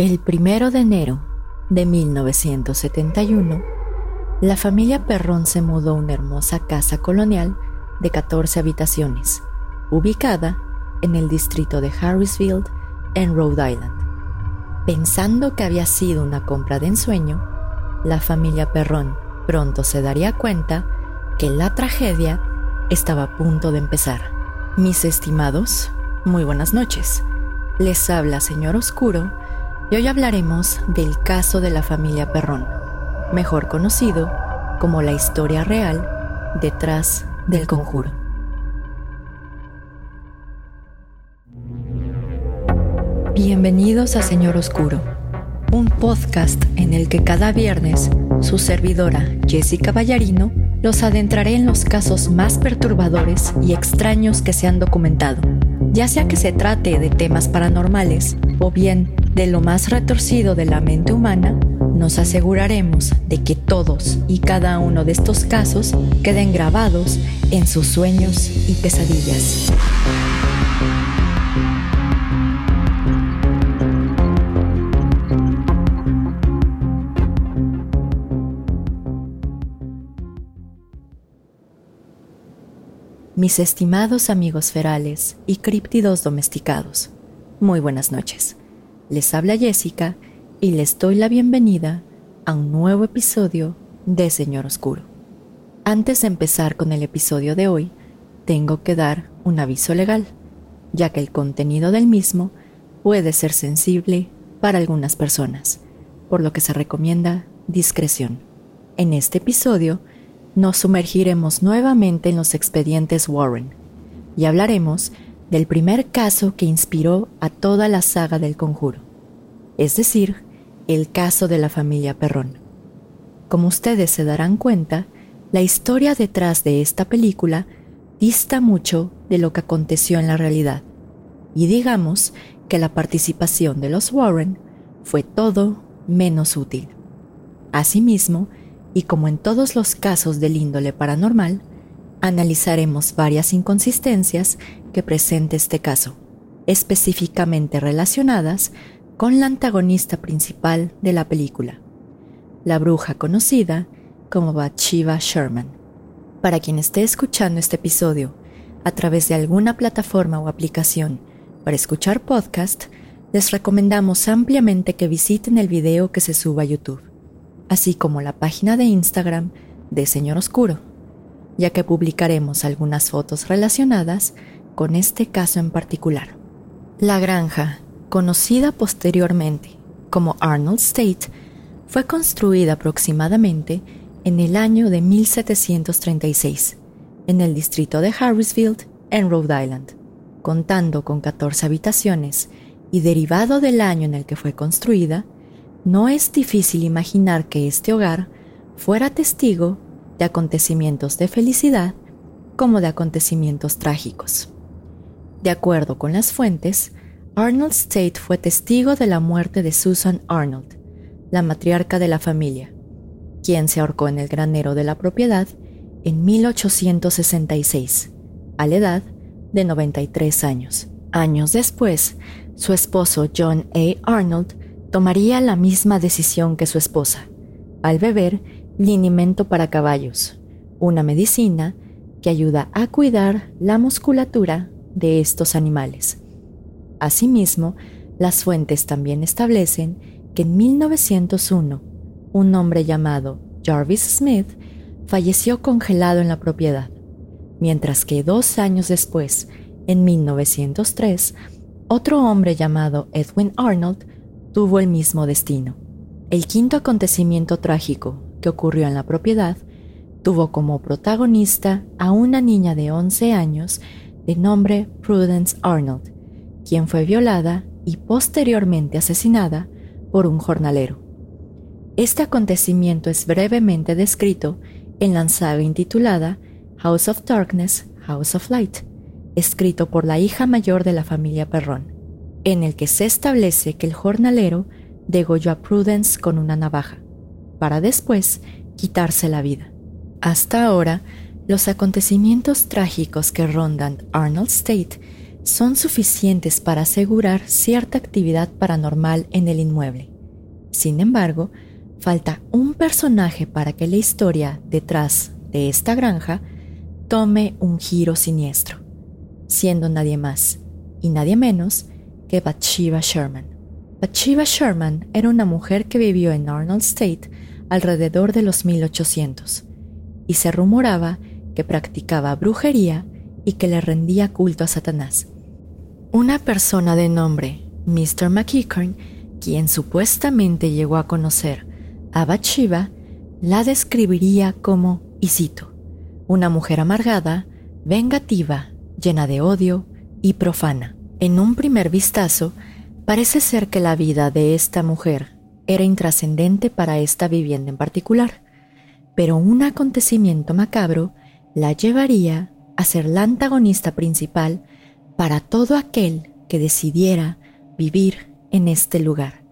El 1 de enero de 1971, la familia Perrón se mudó a una hermosa casa colonial de 14 habitaciones, ubicada en el distrito de Harrisville, en Rhode Island. Pensando que había sido una compra de ensueño, la familia Perrón pronto se daría cuenta que la tragedia estaba a punto de empezar. Mis estimados, muy buenas noches. Les habla Señor Oscuro y hoy hablaremos del caso de la familia Perrón, mejor conocido como la historia real detrás del conjuro. Bienvenidos a Señor Oscuro, un podcast en el que cada viernes su servidora Jessica Ballarino los adentraré en los casos más perturbadores y extraños que se han documentado, ya sea que se trate de temas paranormales o bien de lo más retorcido de la mente humana. Nos aseguraremos de que todos y cada uno de estos casos queden grabados en sus sueños y pesadillas. Mis estimados amigos ferales y críptidos domesticados, muy buenas noches. Les habla Jessica y les doy la bienvenida a un nuevo episodio de Señor Oscuro. Antes de empezar con el episodio de hoy, tengo que dar un aviso legal, ya que el contenido del mismo puede ser sensible para algunas personas, por lo que se recomienda discreción. En este episodio, nos sumergiremos nuevamente en los expedientes Warren y hablaremos del primer caso que inspiró a toda la saga del Conjuro, es decir, el caso de la familia Perrón. Como ustedes se darán cuenta, la historia detrás de esta película dista mucho de lo que aconteció en la realidad, y digamos que la participación de los Warren fue todo menos útil. Asimismo, y como en todos los casos del índole paranormal, analizaremos varias inconsistencias que presenta este caso, específicamente relacionadas con la antagonista principal de la película, la bruja conocida como Bathsheba Sherman. Para quien esté escuchando este episodio a través de alguna plataforma o aplicación para escuchar podcast, les recomendamos ampliamente que visiten el video que se suba a YouTube, así como la página de Instagram de Señor Oscuro, ya que publicaremos algunas fotos relacionadas con este caso en particular. La granja, conocida posteriormente como Arnold Estate, fue construida aproximadamente en el año de 1736, en el distrito de Harrisville, en Rhode Island, contando con 14 habitaciones y derivado del año en el que fue construida. No es difícil imaginar que este hogar fuera testigo de acontecimientos de felicidad como de acontecimientos trágicos. De acuerdo con las fuentes, Arnold Estate fue testigo de la muerte de Susan Arnold, la matriarca de la familia, quien se ahorcó en el granero de la propiedad en 1866, a la edad de 93 años. Años después, su esposo John A. Arnold tomaría la misma decisión que su esposa, al beber linimento para caballos, una medicina que ayuda a cuidar la musculatura de estos animales. Asimismo, las fuentes también establecen que en 1901, un hombre llamado Jarvis Smith falleció congelado en la propiedad, mientras que 2 años después, en 1903, otro hombre llamado Edwin Arnold tuvo el mismo destino. El quinto acontecimiento trágico que ocurrió en la propiedad tuvo como protagonista a una niña de 11 años de nombre Prudence Arnold, quien fue violada y posteriormente asesinada por un jornalero. Este acontecimiento es brevemente descrito en la saga intitulada House of Darkness, House of Light, escrito por la hija mayor de la familia Perrón, en el que se establece que el jornalero degolló a Prudence con una navaja, para después quitarse la vida. Hasta ahora, los acontecimientos trágicos que rondan Arnold Estate son suficientes para asegurar cierta actividad paranormal en el inmueble. Sin embargo, falta un personaje para que la historia detrás de esta granja tome un giro siniestro, siendo nadie más y nadie menos que Bathsheba Sherman. Bathsheba Sherman era una mujer que vivió en Arnold State alrededor de los 1800 y se rumoraba que practicaba brujería y que le rendía culto a Satanás. Una persona de nombre Mr. McEachern, quien supuestamente llegó a conocer a Bathsheba, la describiría como, y cito, una mujer amargada, vengativa, llena de odio y profana. En un primer vistazo, parece ser que la vida de esta mujer era intrascendente para esta vivienda en particular, pero un acontecimiento macabro la llevaría a ser la antagonista principal para todo aquel que decidiera vivir en este lugar.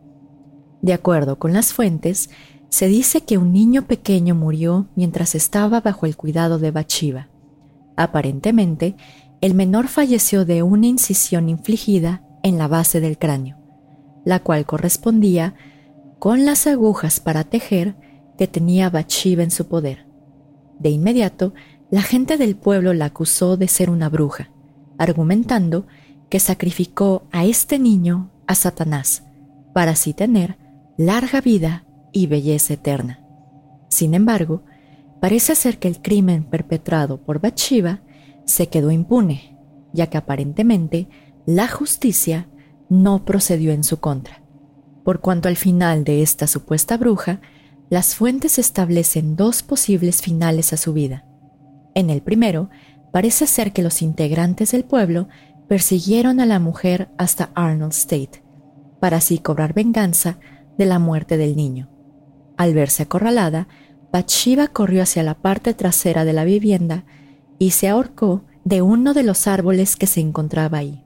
De acuerdo con las fuentes, se dice que un niño pequeño murió mientras estaba bajo el cuidado de Bathsheba. Aparentemente, el menor falleció de una incisión infligida en la base del cráneo, la cual correspondía con las agujas para tejer que tenía Bathsheba en su poder. De inmediato, la gente del pueblo la acusó de ser una bruja, argumentando que sacrificó a este niño a Satanás para así tener larga vida y belleza eterna. Sin embargo, parece ser que el crimen perpetrado por Bathsheba se quedó impune, ya que aparentemente la justicia no procedió en su contra. Por cuanto al final de esta supuesta bruja, las fuentes establecen dos posibles finales a su vida. En el primero, parece ser que los integrantes del pueblo persiguieron a la mujer hasta Arnold State, para así cobrar venganza de la muerte del niño. Al verse acorralada, Bathsheba corrió hacia la parte trasera de la vivienda y se ahorcó de uno de los árboles que se encontraba ahí.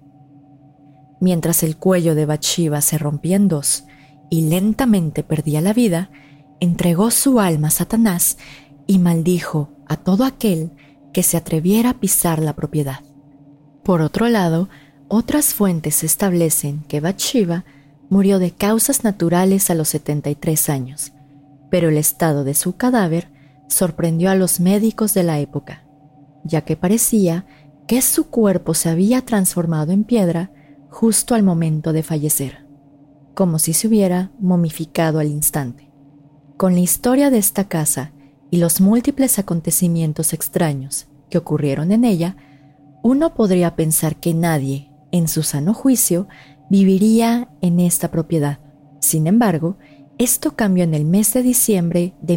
Mientras el cuello de Bathsheba se rompía en dos y lentamente perdía la vida, entregó su alma a Satanás y maldijo a todo aquel que se atreviera a pisar la propiedad. Por otro lado, otras fuentes establecen que Bathsheba murió de causas naturales a los 73 años, pero el estado de su cadáver sorprendió a los médicos de la época, ya que parecía que su cuerpo se había transformado en piedra justo al momento de fallecer, como si se hubiera momificado al instante. Con la historia de esta casa y los múltiples acontecimientos extraños que ocurrieron en ella, uno podría pensar que nadie, en su sano juicio, viviría en esta propiedad. Sin embargo, esto cambió en el mes de diciembre de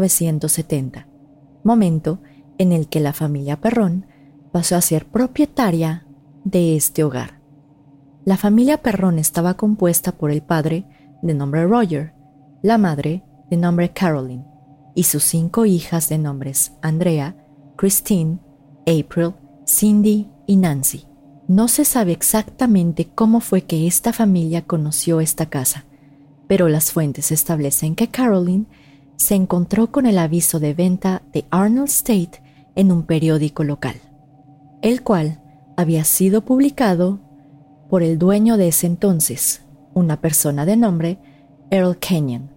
1970, momento en el que la familia Perrón pasó a ser propietaria de este hogar. La familia Perrón estaba compuesta por el padre, de nombre Roger, la madre, de nombre Caroline, y sus 5 hijas de nombres Andrea, Christine, April, Cindy y Nancy. No se sabe exactamente cómo fue que esta familia conoció esta casa, pero las fuentes establecen que Caroline se encontró con el aviso de venta de Arnold State en un periódico local, el cual había sido publicado por el dueño de ese entonces, una persona de nombre Earl Kenyon.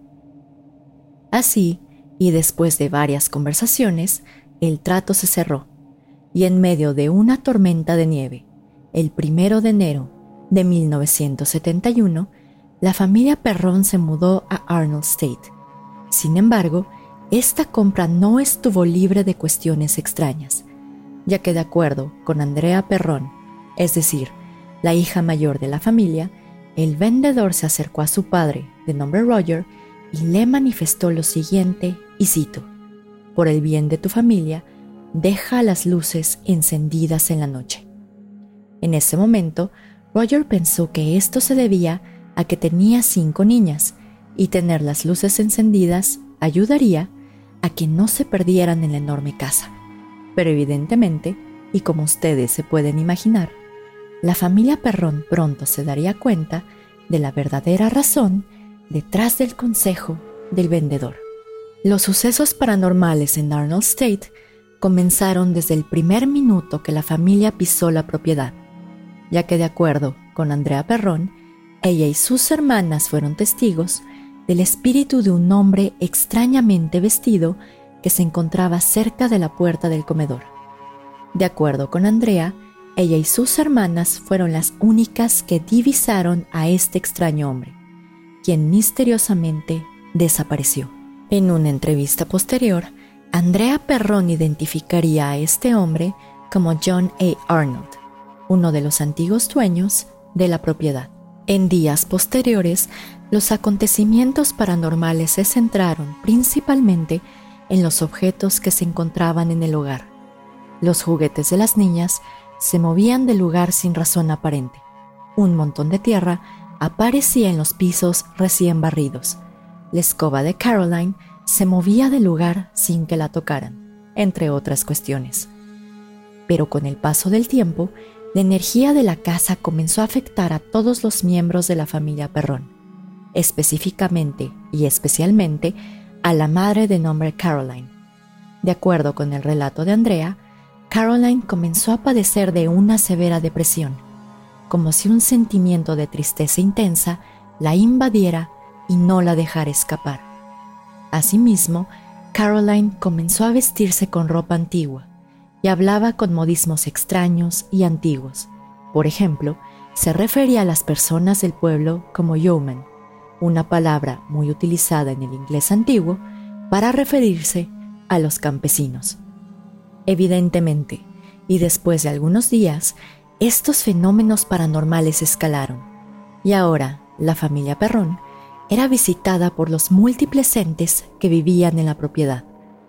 Así, y después de varias conversaciones, el trato se cerró, y en medio de una tormenta de nieve, el 1 de enero de 1971, la familia Perrón se mudó a Arnold State. Sin embargo, esta compra no estuvo libre de cuestiones extrañas, ya que de acuerdo con Andrea Perrón, es decir, la hija mayor de la familia, el vendedor se acercó a su padre, de nombre Roger, y le manifestó lo siguiente, y cito: «Por el bien de tu familia, deja las luces encendidas en la noche». En ese momento, Roger pensó que esto se debía a que tenía 5 niñas, y tener las luces encendidas ayudaría a que no se perdieran en la enorme casa. Pero evidentemente, y como ustedes se pueden imaginar, la familia Perrón pronto se daría cuenta de la verdadera razón detrás del consejo del vendedor. Los sucesos paranormales en Arnold State comenzaron desde el primer minuto que la familia pisó la propiedad. ya que de acuerdo con Andrea Perrón, ella y sus hermanas fueron testigos del espíritu de un hombre extrañamente vestido que se encontraba cerca de la puerta del comedor. De acuerdo con Andrea, ella y sus hermanas fueron las únicas que divisaron a este extraño hombre, quien misteriosamente desapareció. En una entrevista posterior, Andrea Perrón identificaría a este hombre como John A. Arnold, uno de los antiguos dueños de la propiedad. En días posteriores, los acontecimientos paranormales se centraron principalmente en los objetos que se encontraban en el hogar. Los juguetes de las niñas se movían del lugar sin razón aparente. Un montón de tierra aparecía en los pisos recién barridos. La escoba de Caroline se movía del lugar sin que la tocaran, entre otras cuestiones. Pero con el paso del tiempo, la energía de la casa comenzó a afectar a todos los miembros de la familia Perrón, específicamente y especialmente a la madre de nombre Caroline. De acuerdo con el relato de Andrea, Caroline comenzó a padecer de una severa depresión, como si un sentimiento de tristeza intensa la invadiera y no la dejara escapar. Asimismo, Caroline comenzó a vestirse con ropa antigua y hablaba con modismos extraños y antiguos. Por ejemplo, se refería a las personas del pueblo como yeoman, una palabra muy utilizada en el inglés antiguo para referirse a los campesinos. Evidentemente, y después de algunos días, estos fenómenos paranormales escalaron, y ahora la familia Perrón era visitada por los múltiples entes que vivían en la propiedad,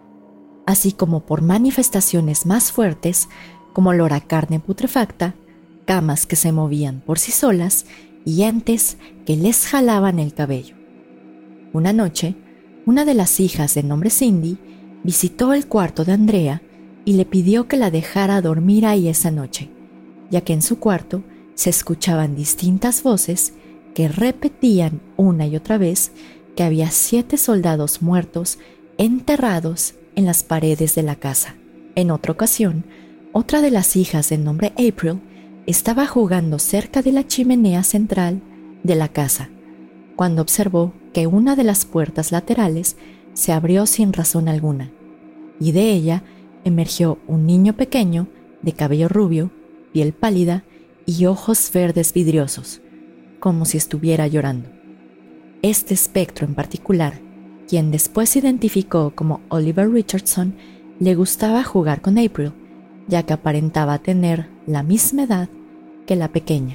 así como por manifestaciones más fuertes como olor a carne putrefacta, camas que se movían por sí solas y entes que les jalaban el cabello. Una noche, una de las hijas de nombre Cindy visitó el cuarto de Andrea y le pidió que la dejara dormir ahí esa noche, ya que en su cuarto se escuchaban distintas voces que repetían una y otra vez que había 7 soldados muertos enterrados en las paredes de la casa. En otra ocasión, otra de las hijas de nombre April estaba jugando cerca de la chimenea central de la casa, cuando observó que una de las puertas laterales se abrió sin razón alguna, y de ella emergió un niño pequeño de cabello rubio, piel pálida y ojos verdes vidriosos, como si estuviera llorando. Este espectro en particular, quien después se identificó como Oliver Richardson, le gustaba jugar con April, ya que aparentaba tener la misma edad que la pequeña.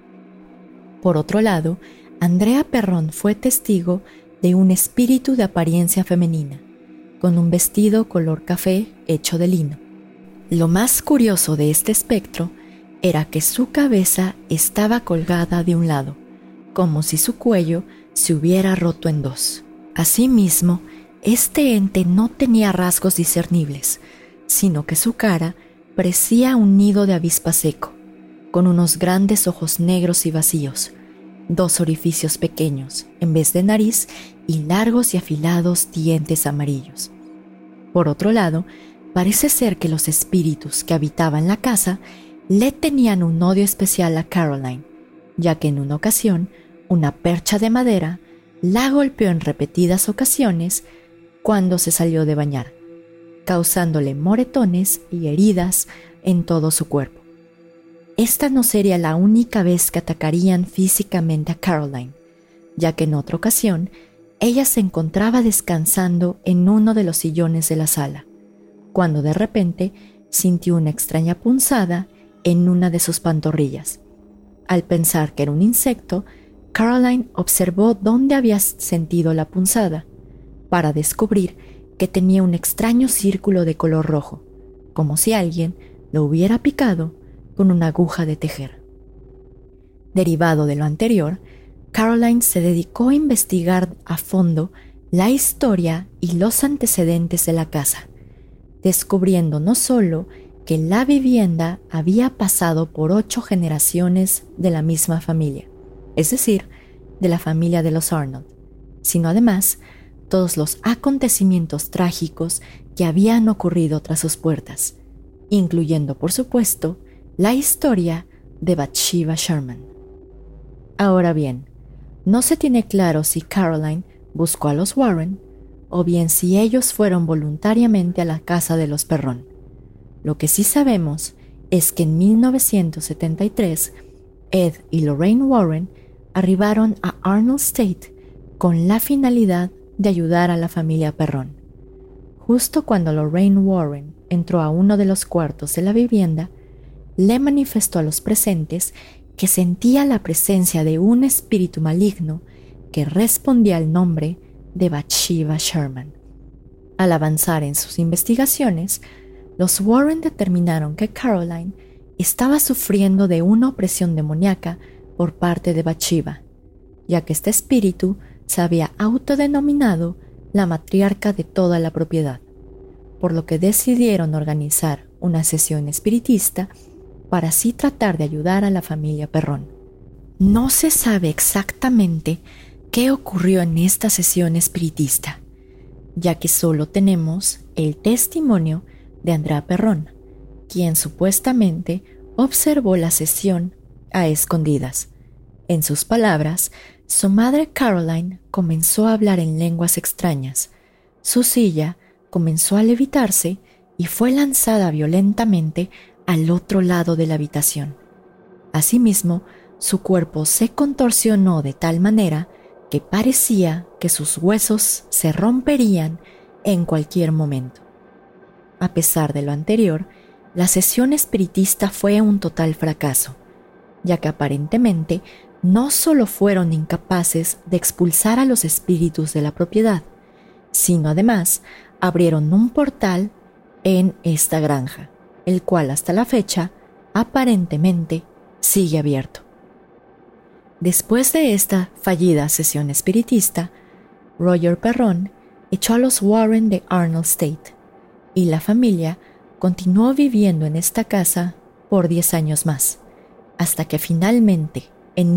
Por otro lado, Andrea Perrón fue testigo de un espíritu de apariencia femenina, con un vestido color café hecho de lino. Lo más curioso de este espectro era que su cabeza estaba colgada de un lado, como si su cuello se hubiera roto en 2. Asimismo, este ente no tenía rasgos discernibles, sino que su cara parecía un nido de avispa seco, con unos grandes ojos negros y vacíos, 2 orificios pequeños en vez de nariz y largos y afilados dientes amarillos. Por otro lado, parece ser que los espíritus que habitaban la casa le tenían un odio especial a Caroline, ya que en una ocasión una percha de madera la golpeó en repetidas ocasiones cuando se salió de bañar, causándole moretones y heridas en todo su cuerpo. Esta no sería la única vez que atacarían físicamente a Caroline, ya que en otra ocasión ella se encontraba descansando en uno de los sillones de la sala, cuando de repente sintió una extraña punzada en una de sus pantorrillas. Al pensar que era un insecto, Caroline observó dónde había sentido la punzada, para descubrir que tenía un extraño círculo de color rojo, como si alguien lo hubiera picado con una aguja de tejer. Derivado de lo anterior, Caroline se dedicó a investigar a fondo la historia y los antecedentes de la casa, descubriendo no solo que la vivienda había pasado por 8 generaciones de la misma familia, es decir, de la familia de los Arnold, sino además todos los acontecimientos trágicos que habían ocurrido tras sus puertas, incluyendo, por supuesto, la historia de Bathsheba Sherman. Ahora bien, no se tiene claro si Caroline buscó a los Warren o bien si ellos fueron voluntariamente a la casa de los Perron. Lo que sí sabemos es que en 1973 Ed y Lorraine Warren arribaron a Arnold State con la finalidad de ayudar a la familia Perron. Justo cuando Lorraine Warren entró a uno de los cuartos de la vivienda, le manifestó a los presentes que sentía la presencia de un espíritu maligno que respondía al nombre de Bathsheba Sherman. Al avanzar en sus investigaciones, los Warren determinaron que Caroline estaba sufriendo de una opresión demoníaca por parte de Bathsheba, ya que este espíritu se había autodenominado la matriarca de toda la propiedad, por lo que decidieron organizar una sesión espiritista para así tratar de ayudar a la familia Perron. No se sabe exactamente qué ocurrió en esta sesión espiritista, ya que solo tenemos el testimonio de Andrea Perron, quien supuestamente observó la sesión a escondidas. En sus palabras, su madre Caroline comenzó a hablar en lenguas extrañas, su silla comenzó a levitarse y fue lanzada violentamente al otro lado de la habitación. Asimismo, su cuerpo se contorsionó de tal manera que parecía que sus huesos se romperían en cualquier momento. A pesar de lo anterior, la sesión espiritista fue un total fracaso, ya que aparentemente no solo fueron incapaces de expulsar a los espíritus de la propiedad, sino además abrieron un portal en esta granja, el cual hasta la fecha aparentemente sigue abierto. Después de esta fallida sesión espiritista, Roger Perron echó a los Warren de Arnold State y la familia continuó viviendo en esta casa por 10 años más, hasta que finalmente, en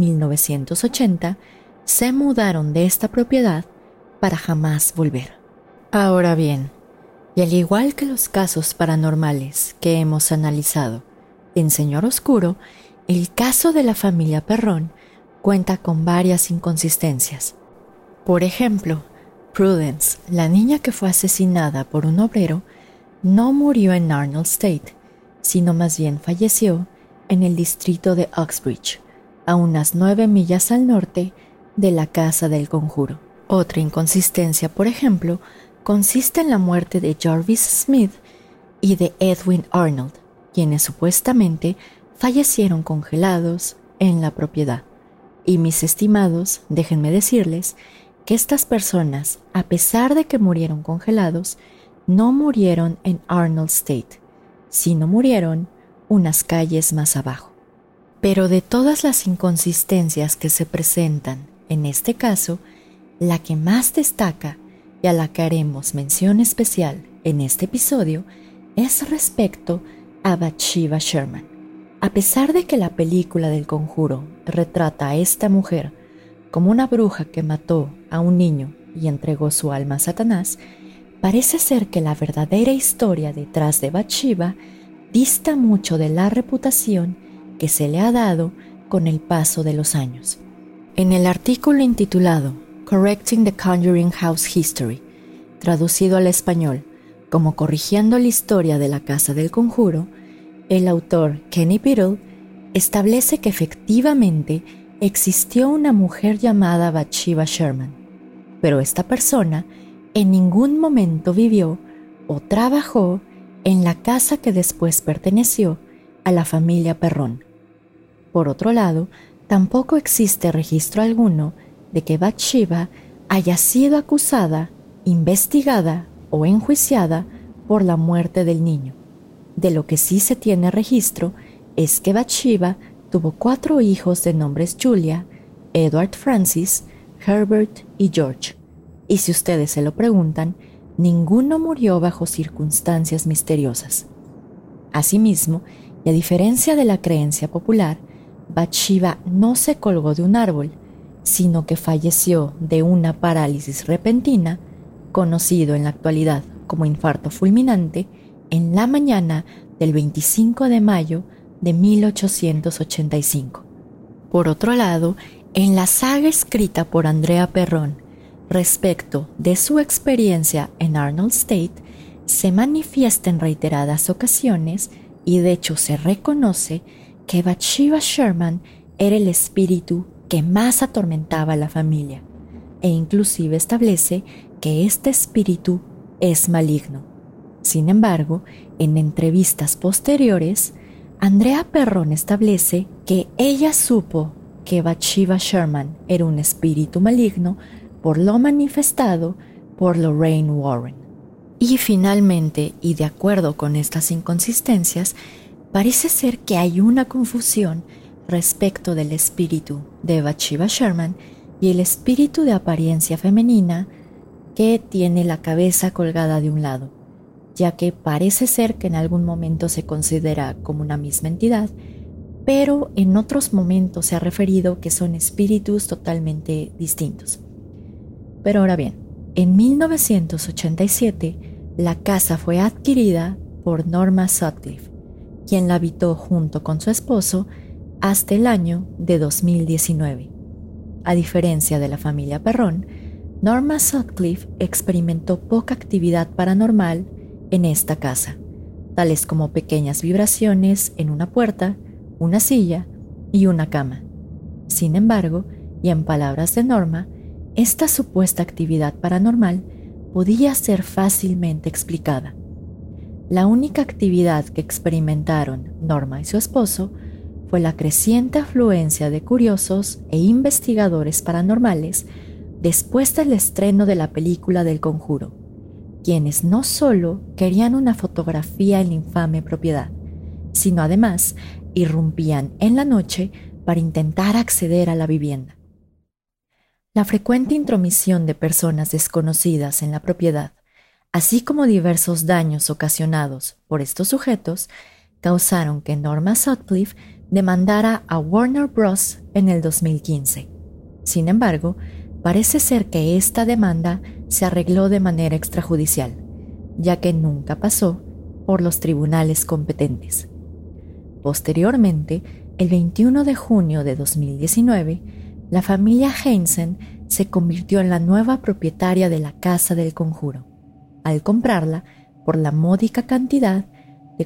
1980, se mudaron de esta propiedad para jamás volver. Ahora bien, y al igual que los casos paranormales que hemos analizado en Señor Oscuro, el caso de la familia Perron cuenta con varias inconsistencias. Por ejemplo, Prudence, la niña que fue asesinada por un obrero, no murió en Arnold State, sino más bien falleció en el distrito de Uxbridge, a unas 9 millas al norte de la Casa del Conjuro. Otra inconsistencia, por ejemplo, consiste en la muerte de Jarvis Smith y de Edwin Arnold, quienes supuestamente fallecieron congelados en la propiedad. Y mis estimados, déjenme decirles que estas personas, a pesar de que murieron congelados, no murieron en Arnold State, sino murieron unas calles más abajo. Pero de todas las inconsistencias que se presentan en este caso, la que más destaca y a la que haremos mención especial en este episodio es respecto a Bathsheba Sherman. A pesar de que la película del Conjuro retrata a esta mujer como una bruja que mató a un niño y entregó su alma a Satanás, parece ser que la verdadera historia detrás de Bathsheba dista mucho de la reputación que se le ha dado con el paso de los años. En el artículo intitulado Correcting the Conjuring House History, traducido al español como Corrigiendo la historia de la Casa del Conjuro, el autor Kenny Biddle establece que efectivamente existió una mujer llamada Bathsheba Sherman, pero esta persona en ningún momento vivió o trabajó en la casa que después perteneció a la familia Perron. Por otro lado, tampoco existe registro alguno de que Bathsheba haya sido acusada, investigada o enjuiciada por la muerte del niño. De lo que sí se tiene registro es que Bathsheba tuvo 4 hijos de nombres Julia, Edward Francis, Herbert y George. Y si ustedes se lo preguntan, ninguno murió bajo circunstancias misteriosas. Asimismo, y a diferencia de la creencia popular, Bathsheba no se colgó de un árbol, sino que falleció de una parálisis repentina, conocido en la actualidad como infarto fulminante, en la mañana del 25 de mayo de 1885. Por otro lado, en la saga escrita por Andrea Perron respecto de su experiencia en Arnold State, se manifiesta en reiteradas ocasiones y de hecho se reconoce que Bathsheba Sherman era el espíritu que más atormentaba a la familia, e inclusive establece que este espíritu es maligno. Sin embargo, en entrevistas posteriores, Andrea Perron establece que ella supo que Bathsheba Sherman era un espíritu maligno por lo manifestado por Lorraine Warren. Y finalmente, y de acuerdo con estas inconsistencias, parece ser que hay una confusión respecto del espíritu de Bathsheba Sherman y el espíritu de apariencia femenina que tiene la cabeza colgada de un lado, ya que parece ser que en algún momento se considera como una misma entidad, pero en otros momentos se ha referido que son espíritus totalmente distintos. Pero ahora bien, en 1987, la casa fue adquirida por Norma Sutcliffe, quien la habitó junto con su esposo hasta el año de 2019. A diferencia de la familia Perron, Norma Sutcliffe experimentó poca actividad paranormal en esta casa, tales como pequeñas vibraciones en una puerta, una silla y una cama. Sin embargo, y en palabras de Norma, esta supuesta actividad paranormal podía ser fácilmente explicada. La única actividad que experimentaron Norma y su esposo fue la creciente afluencia de curiosos e investigadores paranormales después del estreno de la película del Conjuro, quienes no solo querían una fotografía en la infame propiedad, sino además irrumpían en la noche para intentar acceder a la vivienda. La frecuente intromisión de personas desconocidas en la propiedad, así como diversos daños ocasionados por estos sujetos, causaron que Norma Sutcliffe demandara a Warner Bros. En el 2015. Sin embargo, parece ser que esta demanda se arregló de manera extrajudicial, ya que nunca pasó por los tribunales competentes. Posteriormente, el 21 de junio de 2019, la familia Heinzen se convirtió en la nueva propietaria de la Casa del Conjuro, al comprarla por la módica cantidad de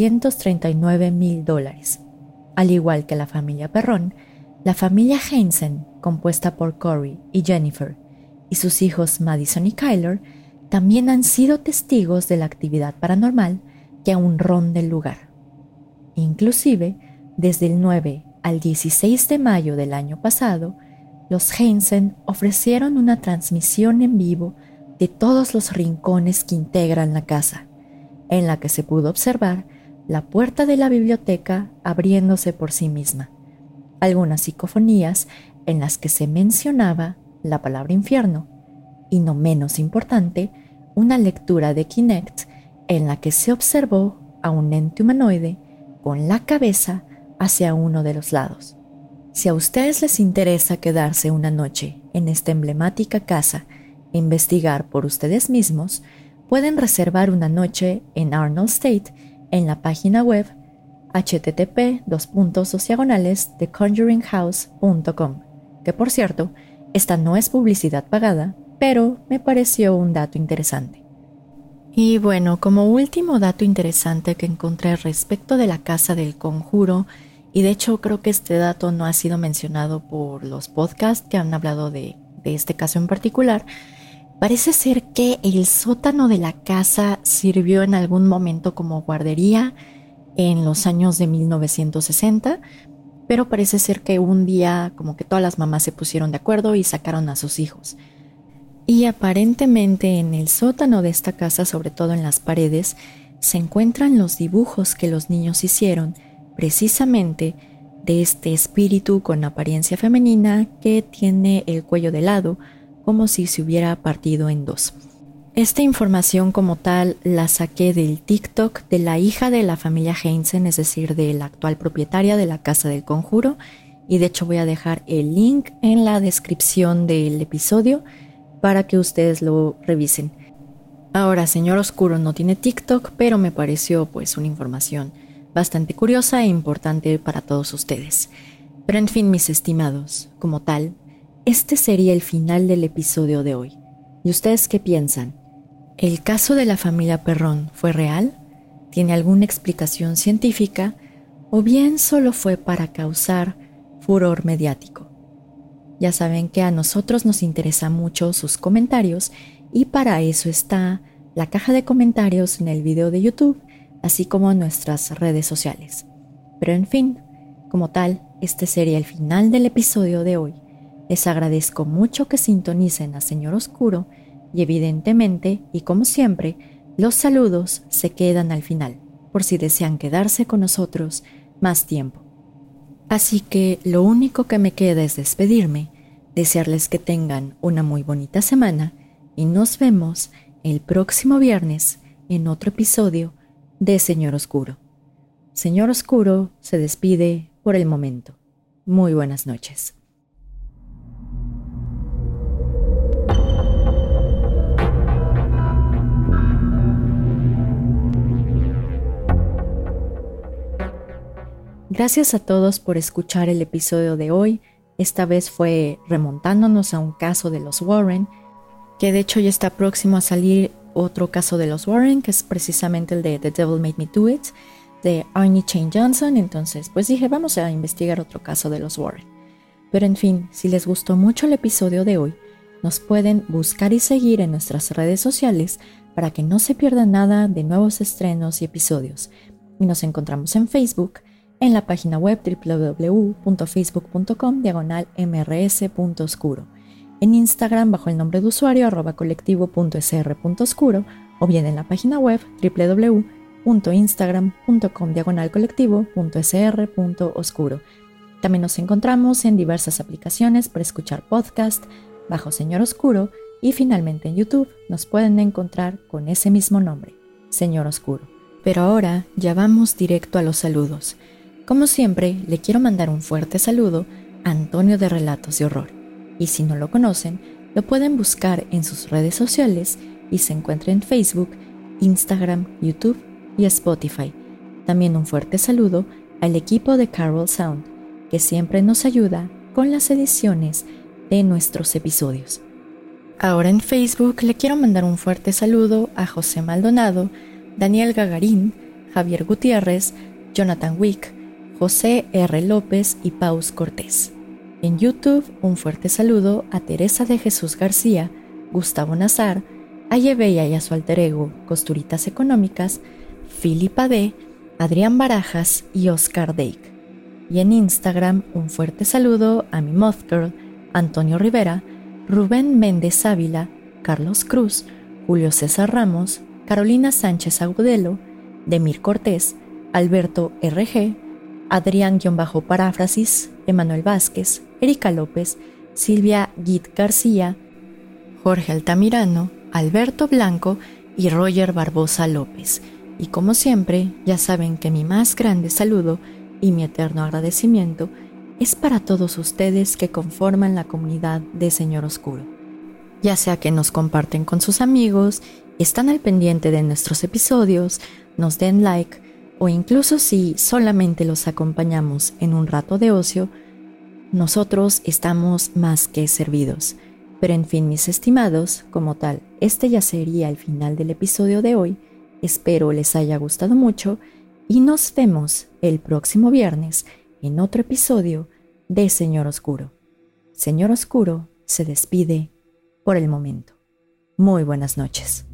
$439,000. Al igual que la familia Perron, la familia Heinzen, compuesta por Corey y Jennifer, y sus hijos Madison y Kyler, también han sido testigos de la actividad paranormal que aún ronda el lugar. Inclusive, desde el 9 al 16 de mayo del año pasado, los Heinzen ofrecieron una transmisión en vivo de todos los rincones que integran la casa, en la que se pudo observar la puerta de la biblioteca abriéndose por sí misma, algunas psicofonías en las que se mencionaba la palabra infierno, y no menos importante, una lectura de Kinect en la que se observó a un ente humanoide con la cabeza hacia uno de los lados. Si a ustedes les interesa quedarse una noche en esta emblemática casa e investigar por ustedes mismos, pueden reservar una noche en Arnold State en la página web http://theconjuringhouse.com, que por cierto, esta no es publicidad pagada, pero me pareció un dato interesante. Y bueno, como último dato interesante que encontré respecto de la Casa del Conjuro, y de hecho creo que este dato no ha sido mencionado por los podcasts que han hablado de este caso en particular, parece ser que el sótano de la casa sirvió en algún momento como guardería en los años de 1960, pero parece ser que un día como que todas las mamás se pusieron de acuerdo y sacaron a sus hijos. Y aparentemente en el sótano de esta casa, sobre todo en las paredes, se encuentran los dibujos que los niños hicieron precisamente de este espíritu con apariencia femenina que tiene el cuello de lado, como si se hubiera partido en dos. Esta información como tal la saqué del TikTok de la hija de la familia Heinzen, es decir, de la actual propietaria de la Casa del Conjuro, y de hecho voy a dejar el link en la descripción del episodio para que ustedes lo revisen. Ahora, Señor Oscuro no tiene TikTok, pero me pareció pues una información bastante curiosa e importante para todos ustedes. Pero en fin, mis estimados, como tal, este sería el final del episodio de hoy. ¿Y ustedes qué piensan? ¿El caso de la familia Perrón fue real? ¿Tiene alguna explicación científica? ¿O bien solo fue para causar furor mediático? Ya saben que a nosotros nos interesa mucho sus comentarios y para eso está la caja de comentarios en el video de YouTube, así como en nuestras redes sociales. Pero en fin, como tal, este sería el final del episodio de hoy. Les agradezco mucho que sintonicen a Señor Oscuro y evidentemente, y como siempre, los saludos se quedan al final, por si desean quedarse con nosotros más tiempo. Así que lo único que me queda es despedirme, desearles que tengan una muy bonita semana y nos vemos el próximo viernes en otro episodio de Señor Oscuro. Señor Oscuro se despide por el momento. Muy buenas noches. Gracias a todos por escuchar el episodio de hoy. Esta vez fue remontándonos a un caso de los Warren, que de hecho ya está próximo a salir otro caso de los Warren, que es precisamente el de The Devil Made Me Do It, de Arnie Chain Johnson. Entonces, pues dije, vamos a investigar otro caso de los Warren. Pero en fin, si les gustó mucho el episodio de hoy, nos pueden buscar y seguir en nuestras redes sociales para que no se pierdan nada de nuevos estrenos y episodios. Y nos encontramos en Facebook, en la página web www.facebook.com/mrs.oscuro, en Instagram bajo el nombre de usuario @colectivo.sr.oscuro o bien en la página web www.instagram.com/colectivo.sr.oscuro. También nos encontramos en diversas aplicaciones para escuchar podcast bajo Señor Oscuro y finalmente en YouTube nos pueden encontrar con ese mismo nombre, Señor Oscuro. Pero ahora ya vamos directo a los saludos. Como siempre, le quiero mandar un fuerte saludo a Antonio de Relatos de Horror. Y si no lo conocen, lo pueden buscar en sus redes sociales y se encuentra en Facebook, Instagram, YouTube y Spotify. También un fuerte saludo al equipo de Carol Sound, que siempre nos ayuda con las ediciones de nuestros episodios. Ahora en Facebook le quiero mandar un fuerte saludo a José Maldonado, Daniel Gagarín, Javier Gutiérrez, Jonathan Wick, José R. López y Paus Cortés. En YouTube, un fuerte saludo a Teresa de Jesús García, Gustavo Nazar, a Yebeya y a su alter ego, Costuritas Económicas, Filipa D., Adrián Barajas y Oscar Dake. Y en Instagram, un fuerte saludo a mi Moth Girl, Antonio Rivera, Rubén Méndez Ávila, Carlos Cruz, Julio César Ramos, Carolina Sánchez Agudelo, Demir Cortés, Alberto RG, Adrián-Paráfrasis, Emanuel Vázquez, Erika López, Silvia Git García, Jorge Altamirano, Alberto Blanco y Roger Barbosa López. Y como siempre, ya saben que mi más grande saludo y mi eterno agradecimiento es para todos ustedes que conforman la comunidad de Señor Oscuro. Ya sea que nos comparten con sus amigos, están al pendiente de nuestros episodios, nos den like, o incluso si solamente los acompañamos en un rato de ocio, nosotros estamos más que servidos. Pero en fin, mis estimados, como tal, este ya sería el final del episodio de hoy. Espero les haya gustado mucho y nos vemos el próximo viernes en otro episodio de Señor Oscuro. Señor Oscuro se despide por el momento. Muy buenas noches.